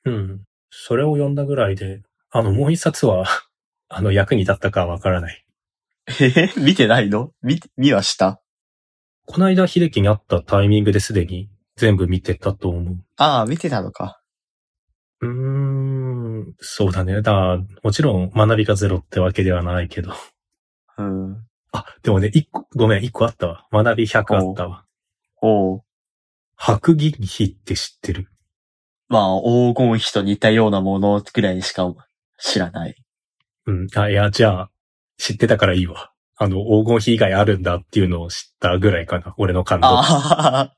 うん。それを読んだぐらいで、もう一冊は、役に立ったかはわからない。 見てないの？見はした？ この間、秀樹に会ったタイミングですでに全部見てたと思う。 ああ、見てたのか。 そうだね。もちろん学びがゼロってわけではないけど。 うん。 でもね、一個あったわ。学び100あったわ。 おう。 白銀比って知ってる？ まあ、黄金比と似たようなものくらいしか知らない。 うん。いや、じゃあ、知ってたからいいわ。黄金比以外あるんだっていうのを知ったぐらいかな。俺の感動。 ああ。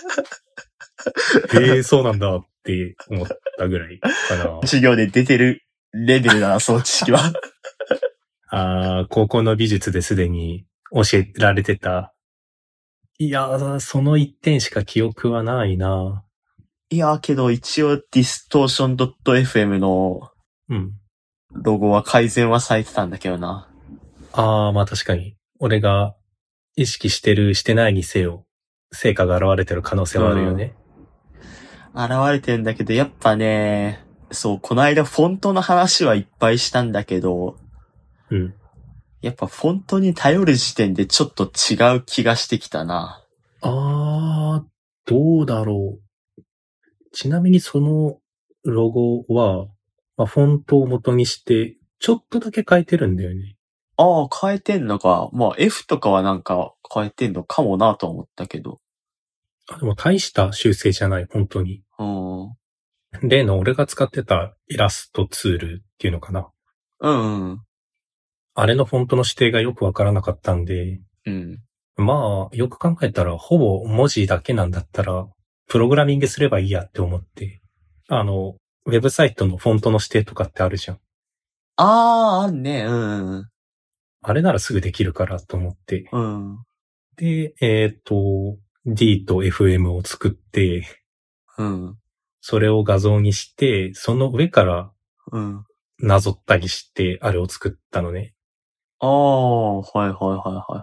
そうなんだって思ったぐらいかな。 授業で出てるレベルだな、その知識は。 高校の美術ですでに教えられてた。いや、その一点しか記憶はないな。 いや、けど一応ディストーション .fm のロゴは改善はされてたんだけどな。 まあ確かに。俺が意識してる、してないにせよ、成果が現れてる可能性はあるよね。 現れてるんだけど、やっぱね、そう、この間フォントの話はいっぱいしたんだけど、やっぱフォントに頼る時点でちょっと違う気がしてきたな。 どうだろう。ちなみにそのロゴは、フォントを元にして、ちょっとだけ変えてるんだよね。 変えてんのか。まあ F とかはなんか変えてんのかもなと思ったけど。 でも大した修正じゃない、本当に。例の俺が使ってたイラストツールっていうのかな。あれのフォントの指定がよくわからなかったんで、まあ、よく考えたら、ほぼ文字だけなんだったら、プログラミングすればいいやって思って、ウェブサイトのフォントの指定とかってあるじゃん。 あるね、 あれならすぐできるからと思って。で、D と FM を作って、それを画像にして、その上から、なぞったりして、あれを作ったのね。 はいはい。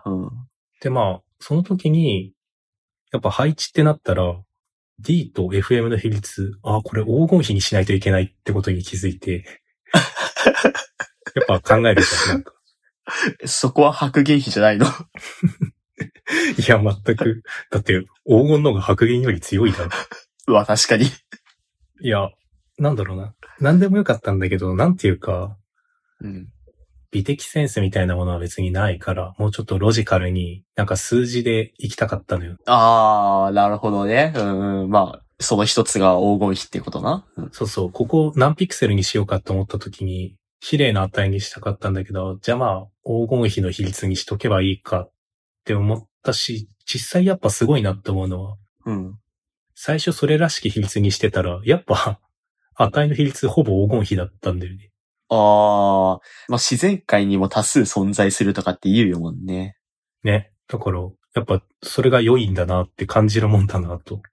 で、まあ、その時に、やっぱ配置ってなったら、D と FM の比率、これ黄金比にしないといけないってことに気づいて、やっぱ考えるじゃん、なんか。 そこは白銀比じゃないの？ いや、全く。だって、黄金の方が白銀より強いだろ。 確かに。 いや、なんだろうな。なんでもよかったんだけど、なんていうか、美的センスみたいなものは別にないから、もうちょっとロジカルに、なんか数字で行きたかったのよ。 なるほどね。まあ、その一つが黄金比ってことな。 そうそう、ここ何ピクセルにしようかと思った時に、綺麗な値にしたかったんだけど、じゃあまあ、黄金比の比率にしとけばいいかって思ったし、実際やっぱすごいなって思うのは、最初それらしき比率にしてたら、やっぱ、値の比率ほぼ黄金比だったんだよね。 まあ自然界にも多数存在するとかって言うよもんね。 ね。だから、やっぱそれが良いんだなって感じるもんだなと。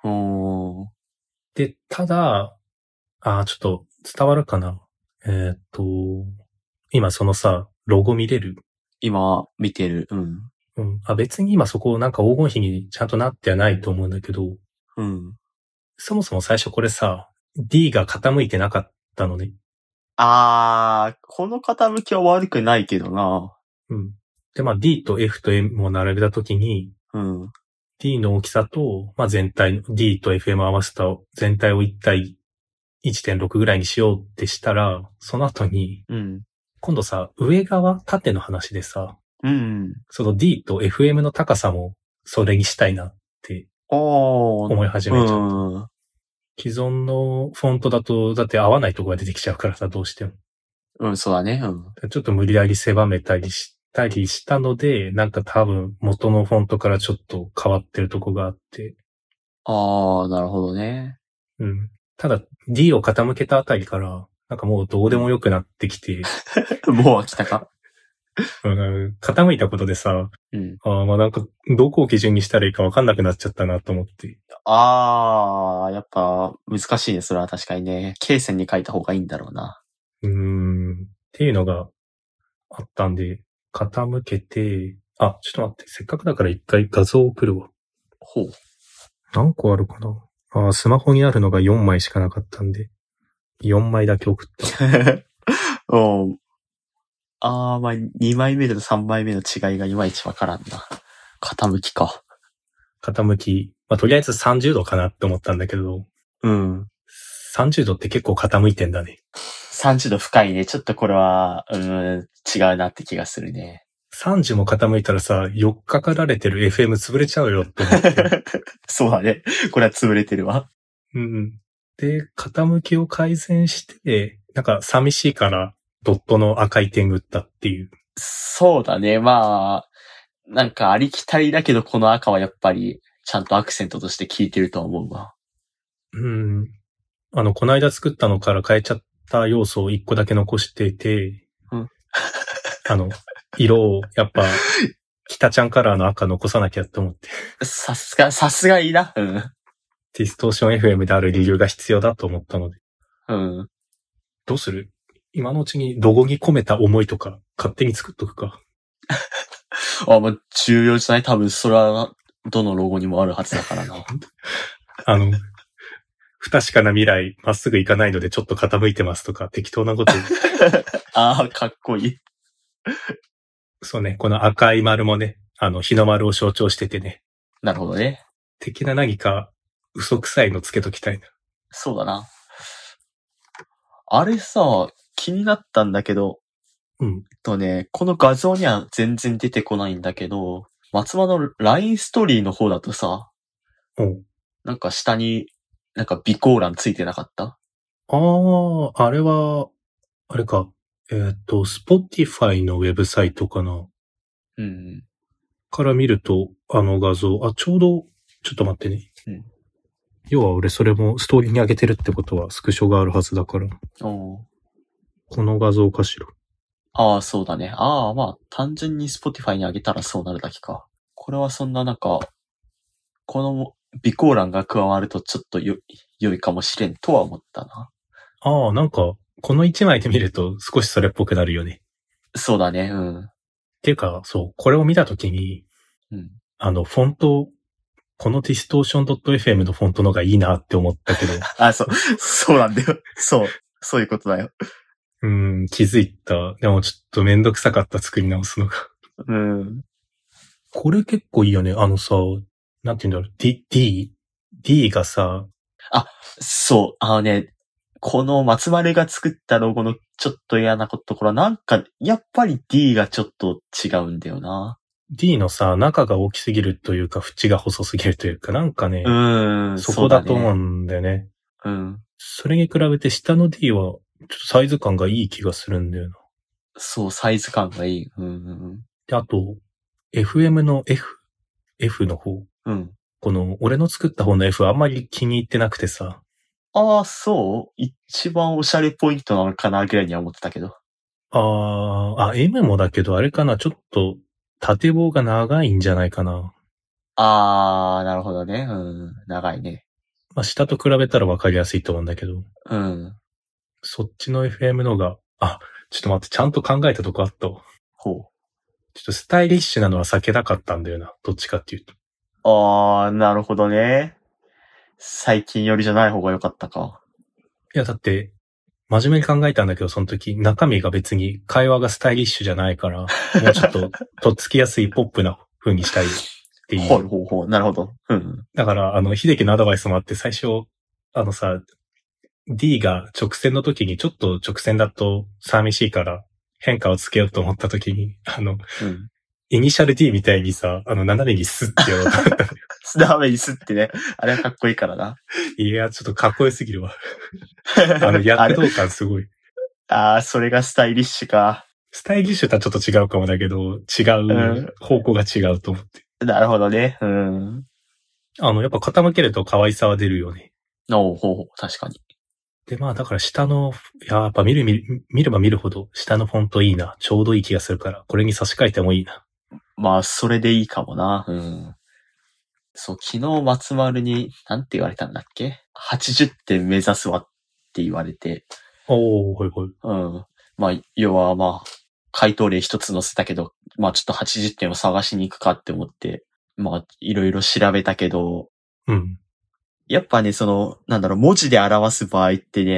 で、ただ、ちょっと伝わるかな。今そのさ、ロゴ見れる？ 今、見てる。 別に今そこなんか黄金比にちゃんとなってはないと思うんだけど、そもそも最初これさ、D が傾いてなかったのね。 この傾きは悪くないけどな。 で、まあ D と F と M を並べたときに、D の大きさと、まあ全体、D と FM を合わせた全体を1対 1.6 ぐらいにしようってしたら、その後に、今度さ、上側、縦の話でさ、その D と FM の高さもそれにしたいなって思い始めちゃった。既存のフォントだと、だって合わないとこが出てきちゃうからさ、どうしても。 そうだね。 ちょっと無理やり狭めたりしたりしたので、なんか多分元のフォントからちょっと変わってるとこがあって。 なるほどね。 ただ D を傾けたあたりから、なんかもうどうでもよくなってきて。 もう飽きたか？ 傾いたことでさ、まあなんかどこを基準にしたらいいかわかんなくなっちゃったなと思って。 やっぱ難しいね。それは確かにね。罫線に書いた方がいいんだろうな。 っていうのがあったんで、傾けて、ちょっと待って、せっかくだから一回画像を送るわ。何個あるかな？スマホにあるのが4枚しかなかったんで。 4枚だけ送った。 うん。まあ、2枚目と3枚目の違いがいまいちわからんな。傾きか。 傾き。まあ、とりあえず30度かなって思ったんだけど。 うん。 30度って結構傾いてんだね。 30度深いね。ちょっとこれは、違うなって気がするね。 30も傾いたらさ、4日かられてる FM 潰れちゃうよって思って。 そうだね。これは潰れてるわ。 うん。で、傾きを改善して、なんか寂しいからドットの赤い点打ったっていう。 そうだね。まあ、なんかありきたりだけどこの赤はやっぱりちゃんとアクセントとして効いてると思うわ。 この間作ったのから変えちゃった要素を1個だけ残していて、 うん、 色をやっぱ、北ちゃんカラーの赤残さなきゃって思って。 さすがいいな。うん。 ディストーション FM である理由が必要だと思ったので。 うん。 どうする？今のうちにロゴに込めた思いとか勝手に作っとくか。 まあ、重要じゃない？多分それはどのロゴにもあるはずだからな。 不確かな未来、まっすぐ行かないのでちょっと傾いてますとか適当なこと。 かっこいい。 そうね、この赤い丸もね、日の丸を象徴しててね。 なるほどね。 的な何か嘘くさいのつけときたいな。 そうだな。あれさ、気になったんだけど、この画像には全然出てこないんだけど、松間の LINE ストーリーの方だとさ、なんか下に、なんか備考欄ついてなかった？ あれは、あれか。Spotify のウェブサイトかな。 うん。 から見ると、画像、ちょうど、ちょっと待ってね。 うん。 要は俺それもストーリーに上げてるってことはスクショがあるはずだから。この画像かしら。 そうだね。まあ、単純に Spotify に上げたらそうなるだけか。これはそんななんか、この備考欄が加わるとちょっと良いかもしれんとは思ったな。 なんか、この1枚で見ると少しそれっぽくなるよね。 そうだね、うん。 っていうか、そう、これを見たときに、フォント、このディストーション .fm のフォントの方がいいなって思ったけど。 そうなんだよ。そういうことだよ。 気づいた。でもちょっとめんどくさかった作り直すのが。これ結構いいよね。なんて言うんだろう。D がさ。 そう。この松丸が作ったロゴのちょっと嫌なところはなんか、やっぱり D がちょっと違うんだよな。 D のさ、中が大きすぎるというか、縁が細すぎるというか、なんかね、そこだと思うんだよね。それに比べて下の D は、ちょっとサイズ感がいい気がするんだよな。 そう、サイズ感がいい。 で、あと、FM の F の方。この、俺の作った方の F あんまり気に入ってなくてさ。 そう？一番おしゃれポイントなのかなぐらいには思ってたけど。 M もだけど、あれかな、ちょっと、縦棒が長いんじゃないかな。 なるほどね。長いね。 まあ、下と比べたら分かりやすいと思うんだけど。そっちの FM のが、ちょっと待って、ちゃんと考えたとこあったわ。ちょっとスタイリッシュなのは避けたかったんだよな。どっちかっていうと。 なるほどね。最近よりじゃない方が良かったか。 いや、だって、真面目に考えたんだけど、その時、中身が別に会話がスタイリッシュじゃないから、もうちょっと、とっつきやすいポップな風にしたいっていう。 なるほど。 だから、秀樹のアドバイスもあって、最初、D が直線の時にちょっと直線だと寂しいから変化をつけようと思った時に、イニシャル D みたいにさ、斜めにスッってやろうと思った。 斜めにスッってね。あれはかっこいいからな。 いや、ちょっとかっこよすぎるわ。躍動感すごい。 それがスタイリッシュか。 スタイリッシュとはちょっと違うかもだけど、違う方向が違うと思って。 なるほどね。やっぱ傾けると可愛さは出るよね。 確かに。 で、まあだから下の、やっぱ見れば見るほど下のフォントいいな。ちょうどいい気がするから、これに差し替えてもいいな。 まあ、それでいいかもな。そう、昨日松丸に、なんて言われたんだっけ？ 80 点目指すわって言われて。 はい。 まあ、要はまあ、回答例一つ載せたけど、まあちょっと80点を探しに行くかって思って、まあ、いろいろ調べたけど、やっぱね、文字で表す場合ってね、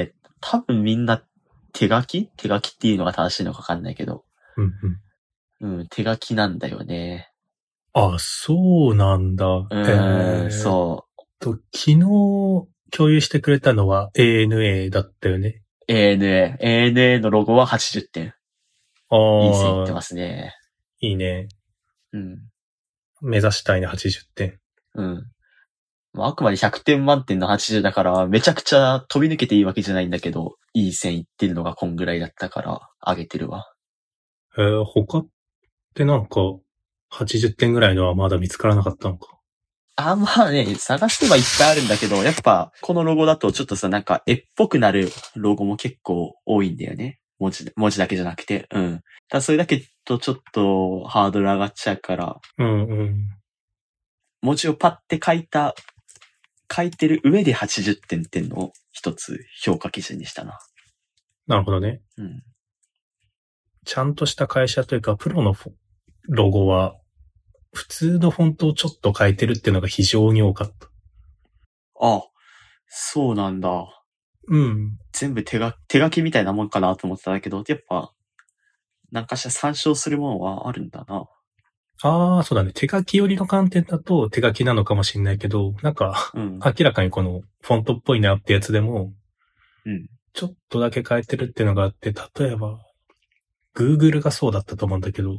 多分みんな手書きっていうのが正しいのかわかんないけど。手書きなんだよね。 あ、そうなんだ。 そう。 昨日共有してくれたのは ANA だったよね。 ANA のロゴは80点。いい線いってますね。 いいね。 うん。 目指したいね、80点。 うん。あくまで100点満点の80だから、めちゃくちゃ飛び抜けていいわけじゃないんだけど、いい線いってるのがこんぐらいだったから、上げてるわ。 他ってなんか、80点ぐらいのはまだ見つからなかったのか。 まあね、探してはいっぱいあるんだけど、やっぱ、このロゴだとちょっとさ、なんか絵っぽくなるロゴも結構多いんだよね。文字だけじゃなくて。うん。それだけとちょっとハードル上がっちゃうから。文字をパッて書いてる上で80点っていうのを一つ評価基準にしたな。 なるほどね。うん。ちゃんとした会社というか、プロのロゴは、普通のフォントをちょっと変えてるっていうのが非常に多かった。 そうなんだ。 うん。 全部手書きみたいなもんかなと思ってたんだけど、やっぱ、なんかしら参照するものはあるんだな。 そうだね。手書き寄りの観点だと手書きなのかもしれないけど、なんか、明らかにこのフォントっぽいなってやつでも、ちょっとだけ変えてるっていうのがあって、例えば、Google がそうだったと思うんだけど。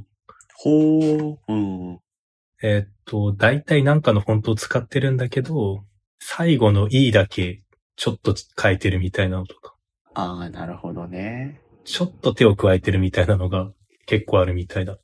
大体なんかのフォントを使ってるんだけど、最後の E だけちょっと変えてるみたいなのとか。 なるほどね。 ちょっと手を加えてるみたいなのが結構あるみたいだった。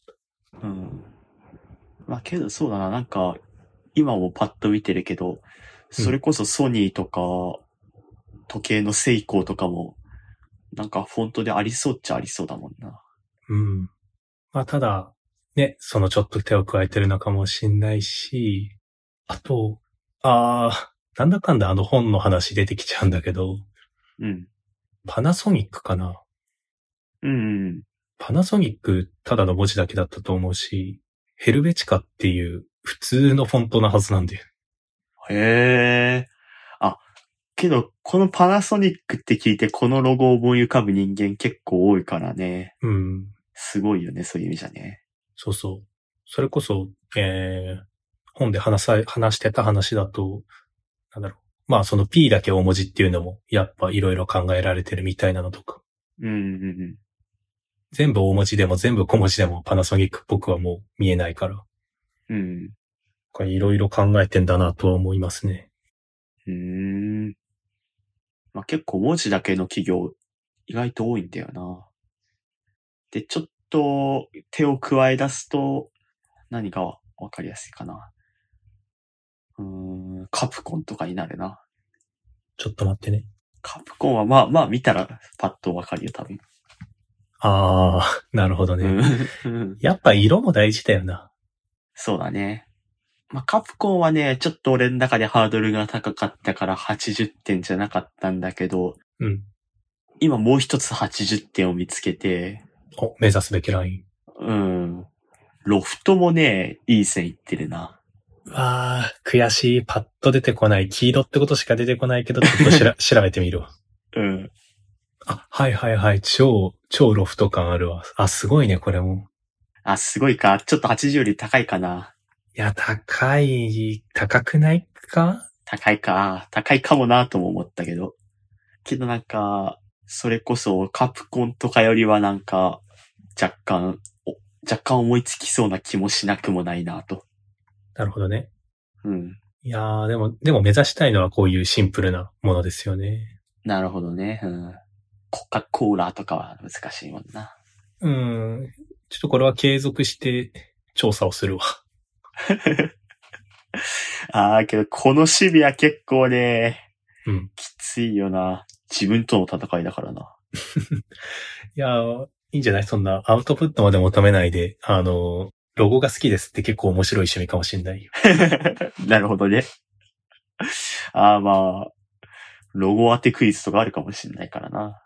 けどそうだな、なんか、今もパッと見てるけど、それこそソニーとか、時計のセイコーとかも、なんかフォントでありそうっちゃありそうだもんな。 ただ、ね、そのちょっと手を加えてるのかもしんないし、あと、なんだかんだ本の話出てきちゃうんだけど、パナソニックかな。パナソニックただの文字だけだったと思うし、ヘルベチカっていう普通のフォントなはずなんだよ。 へー。けど、このパナソニックって聞いてこのロゴを思い浮かぶ人間結構多いからね。すごいよね、そういう意味じゃね。 そうそう。それこそ、本で話してた話だと、その P だけ大文字っていうのも、やっぱいろいろ考えられてるみたいなのとか。全部大文字でも全部小文字でもパナソニックっぽくはもう見えないから。いろいろ考えてんだなとは思いますね。 結構文字だけの企業、意外と多いんだよな。で、ちょっと手を加え出すと、何がわかりやすいかな。カプコンとかになるな。 ちょっと待ってね。 カプコンはまあ見たらパッとわかるよ、多分。 なるほどね。やっぱ色も大事だよな。 そうだね。カプコンはね、ちょっと俺の中でハードルが高かったから80点じゃなかったんだけど、今もう一つ80点を見つけて、 目指すべきライン。ロフトもね、いい線いってるな。 悔しい。パッと出てこない。黄色ってことしか出てこないけど、ちょっと調べてみるわ。はい。超ロフト感あるわ。すごいね、これも。 すごいか。ちょっと80より高いかな。 いや、高くないか？ 高いかもなとも思ったけど。けどなんか、それこそカプコンとかよりはなんか、若干思いつきそうな気もしなくもないなと。 なるほどね。いやー、でも目指したいのはこういうシンプルなものですよね。 なるほどね。コカ・コーラとかは難しいもんな。 ちょっとこれは継続して調査をするわ。 けどこのシビア結構ね、きついよな。自分との戦いだからな。 いやー、いいんじゃない？そんなアウトプットまで求めないで、ロゴが好きですって結構面白い趣味かもしれないよ。 なるほどね。ロゴ当てクイズとかあるかもしれないからな。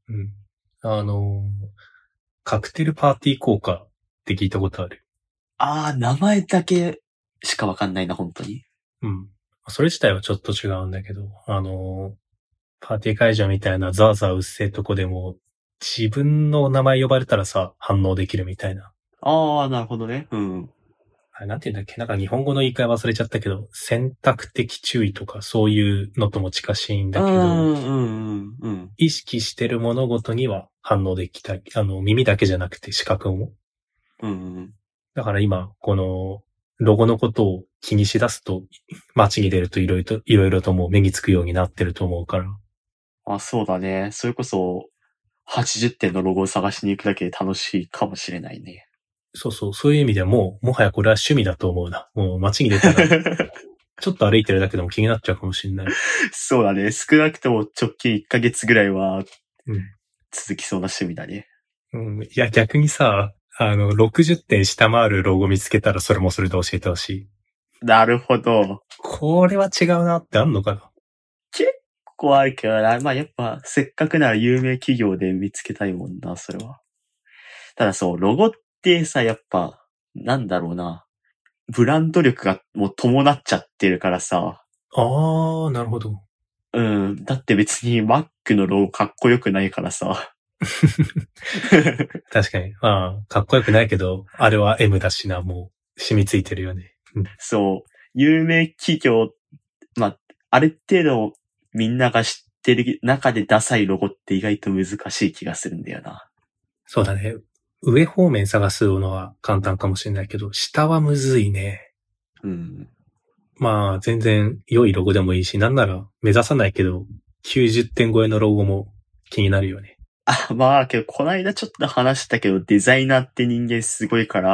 カクテルパーティー効果って聞いたことある？ 名前だけしかわかんないな、本当に。 それ自体はちょっと違うんだけど、 パーティー会場みたいなザーザーうっせえとこでも、自分の名前呼ばれたらさ、反応できるみたいな。 ああ、なるほどね。うん。 あれなんて言うんだっけ、なんか日本語の言い換え忘れちゃったけど、選択的注意とかそういうのとも近しいんだけど、意識してる物事には反応できたり、耳だけじゃなくて視覚も。だから今、この、ロゴのことを気にしだすと、街に出るといろいろともう目につくようになってると思うから。 あ、そうだね。それこそ、80点のロゴを探しに行くだけで楽しいかもしれないね。 そういう意味でもはやこれは趣味だと思うな。もう街に出たら、ちょっと歩いてるだけでも気になっちゃうかもしれない。 そうだね。少なくとも直近1ヶ月ぐらいは、続きそうな趣味だね。 いや、逆にさ、60点下回るロゴ見つけたらそれもそれで教えてほしい。 なるほど。 これは違うなってあんのかな？ 結構あるけどな。まあやっぱ、せっかくなら有名企業で見つけたいもんな、それは。ただそう、ロゴってさ、やっぱ、なんだろうな。ブランド力がもう伴っちゃってるからさ。 あー、なるほど。 だって別に Mac のロゴかっこよくないからさ。 確かに。かっこよくないけど、あれは M だしな、もう染みついてるよね。 そう。有名企業、まあ、ある程度みんなが知ってる中でダサいロゴって意外と難しい気がするんだよな。 そうだね。上方面探すのは簡単かもしれないけど、下はむずいね。まあ、全然良いロゴでもいいし、なんなら目指さないけど、90点超えのロゴも気になるよね。 まあ、けど、この間ちょっと話したけど、デザイナーって人間すごいから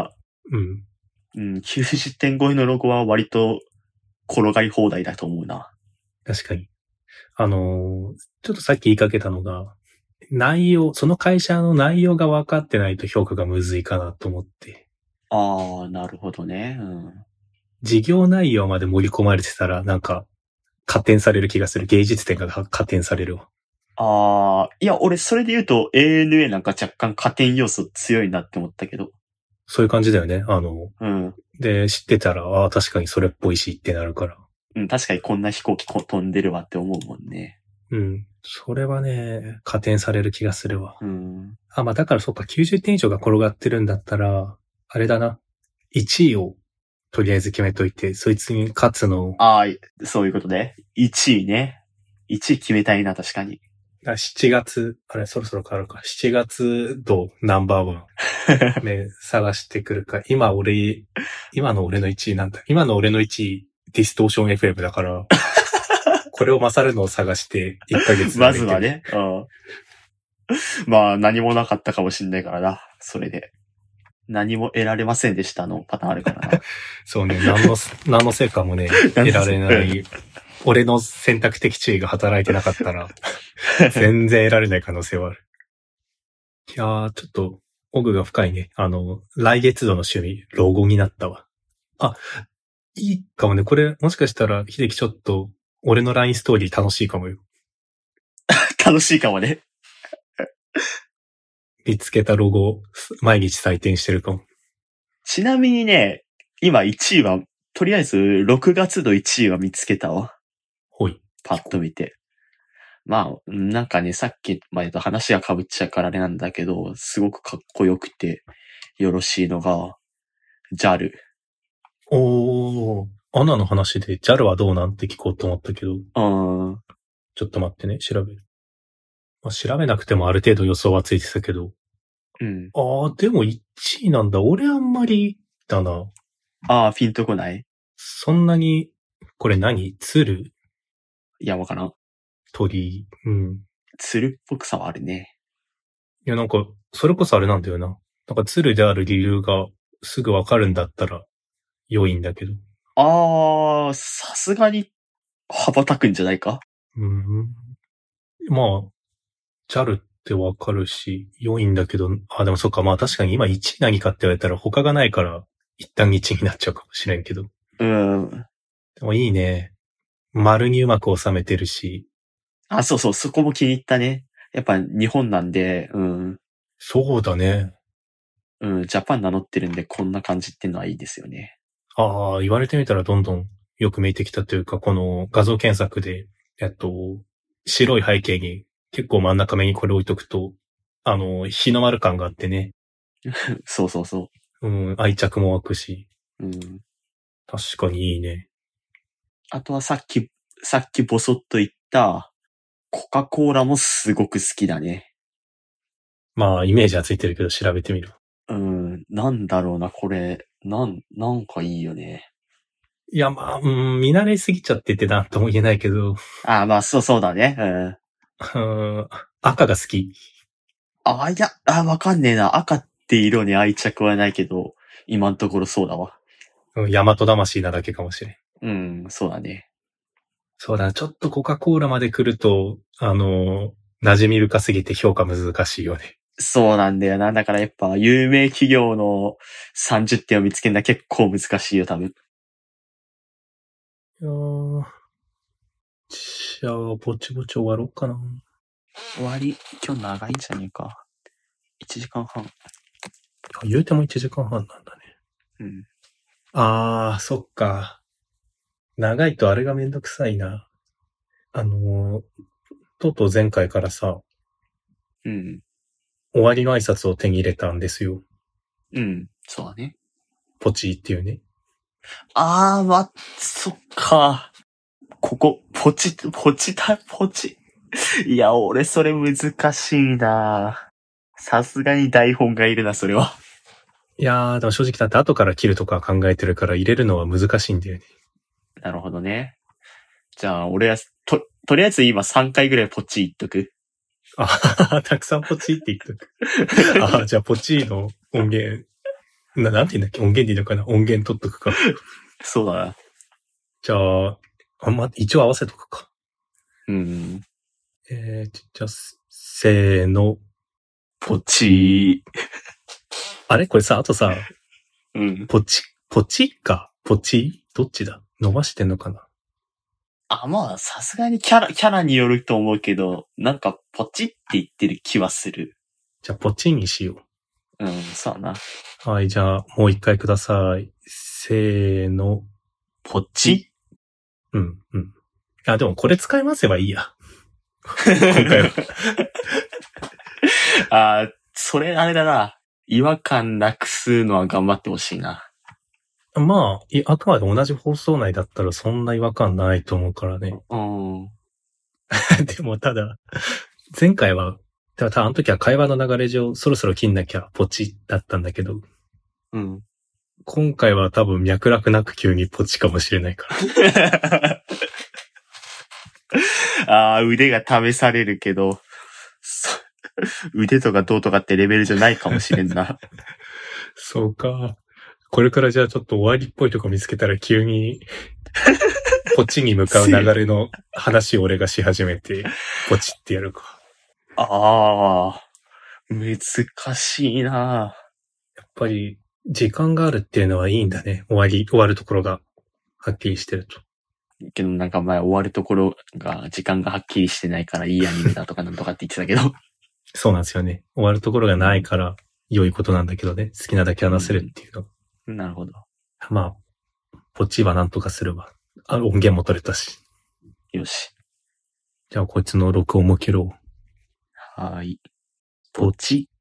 、90点超えのロゴは割と転がり放題だと思うな。 確かに。ちょっとさっき言いかけたのが、その会社の内容が分かってないと評価がむずいかなと思って。 なるほどね。 事業内容まで盛り込まれてたら、なんか、加点される気がする。芸術点が加点されるわ。 いや、俺それで言うと ANA なんか若干加点要素強いなって思ったけど。 そういう感じだよね。で、知ってたら、確かにそれっぽいしってなるから。 確かにこんな飛行機飛んでるわって思うもんね。 それはね、加点される気がするわ。まあだからそっか、90点以上が転がってるんだったら、あれだな。1位をとりあえず決めといて、そいつに勝つのを。 そういうことね。1位ね。1位決めたいな、確かに。 7月、そろそろ変わるか。7月度ナンバーワン。ね、探してくるか。今の俺の1位なんだ。今の俺の1位、ディストーション FM だから、これを勝るのを探して1ヶ月。 まずはね。まあ、何もなかったかもしんないからな。それで。何も得られませんでしたのパターンあるからな。 そうね、何の成果もね、得られない。俺の選択的注意が働いてなかったら、全然得られない可能性はある。いやー、ちょっと、奥が深いね。来月度の趣味、ロゴになったわ。いいかもね。これ、もしかしたら、秀樹ちょっと、俺の LINE ストーリー楽しいかもよ。 楽しいかもね。 見つけたロゴ、毎日採点してるかも。 ちなみにね、今1位は、とりあえず6月度1位は見つけたわ。 ほい。 パッと見て。まあ、なんかね、さっきまでと話が被っちゃうからあれなんだけど、すごくかっこよくて、よろしいのが、JAL。 アナの話で JAL はどうなんて聞こうと思ったけど。ちょっと待ってね、調べる。調べなくてもある程度予想はついてたけど。でも1位なんだ。俺あんまりだな。 ピンとこない？ そんなに、これ何？鶴？ いや、わからん。 鳥。 鶴っぽくさはあるね。 いや、なんか、それこそあれなんだよな。なんか鶴である理由がすぐわかるんだったら良いんだけど。 さすがに羽ばたくんじゃないか？ まあ、JAL ってわかるし、良いんだけど、でもそっか、まあ確かに今1位何かって言われたら他がないから、一旦1位になっちゃうかもしれんけど。でもいいね。丸にうまく収めてるし。 そうそう、そこも気に入ったね。やっぱ日本なんで、 そうだね。 ジャパン名乗ってるんでこんな感じっていうのはいいですよね。 言われてみたらどんどんよく見えてきたというか、この画像検索で、 白い背景に結構真ん中目にこれ置いとくと、日の丸感があってね。 そうそうそう。うん、愛着も湧くし。 うん。 確かにいいね。 あとはさっきボソッと言った、コカ・コーラもすごく好きだね。 まあ、イメージはついてるけど調べてみる。 なんだろうな、これ、なんかいいよね。 いや、まあ、見慣れすぎちゃっててなんとも言えないけど。 まあ、そうだね。 赤が好き。 いや、わかんねえな。赤って色に愛着はないけど、今のところそうだわ。 大和魂なだけかもしれん。そうだね。 そうだ、ちょっとコカ・コーラまで来ると、馴染み深すぎて評価難しいよね。 そうなんだよな。だからやっぱ、有名企業の30点を見つけるのは結構難しいよ、多分。 じゃあ、ぼちぼち終わろうかな。 終わり。今日長いんじゃねえか。1時間半。 言うても1時間半なんだね。 そっか。長いとあれがめんどくさいな。とうとう前回からさ、終わりの挨拶を手に入れたんですよ。 そうだね。 ポチっていうね。 そっか。ここ、ポチ。いや、俺それ難しいな。さすがに台本がいるな、それは。 いやー、でも正直だって後から切るとか考えてるから入れるのは難しいんだよね。 なるほどね。じゃあ、俺は、とりあえず今3回ぐらいポチ言っとく。 たくさんポチって言っとく。じゃあポチの音源、なんて言うんだっけ、音源でいいのかな、音源取っとくか。 そうだな。 じゃあ、一応合わせとくか。 じゃあ、せーの。 ポチあれこれさ、あとさ、ポチかポチどっちだ伸ばしてんのかな。 まあ、さすがにキャラによると思うけど、なんか、ポチって言ってる気はする。 じゃあ、ポチにしよう。そうな。 はい、じゃあ、もう一回ください。せーの。 ポチでもこれ使い回せばいいや。今回は。それあれだな。違和感なくすのは頑張ってほしいな。 まあ、あくまで同じ放送内だったらそんな違和感ないと思うからね。でもただ、前回は、あの時は会話の流れ上、そろそろ切んなきゃポチだったんだけど。今回は多分脈絡なく急にポチかもしれないから。 腕が試されるけど、腕とかどうとかってレベルじゃないかもしれんな。 そうか。これからじゃあちょっと終わりっぽいとこ見つけたら急に、ポチに向かう流れの話を俺がし始めて、ポチってやるか。 難しいな。 やっぱり、時間があるっていうのはいいんだね。終わるところが、はっきりしてると。 けどなんか前終わるところが、時間がはっきりしてないからいいアニメだとかなんとかって言ってたけど。 そうなんですよね。終わるところがないから、良いことなんだけどね。好きなだけ話せるっていうの。 なるほど。 まあ、ポチはなんとかすれば。音源も取れたし。 よし。 じゃあこいつの録音も切ろう。 はい。ポチ。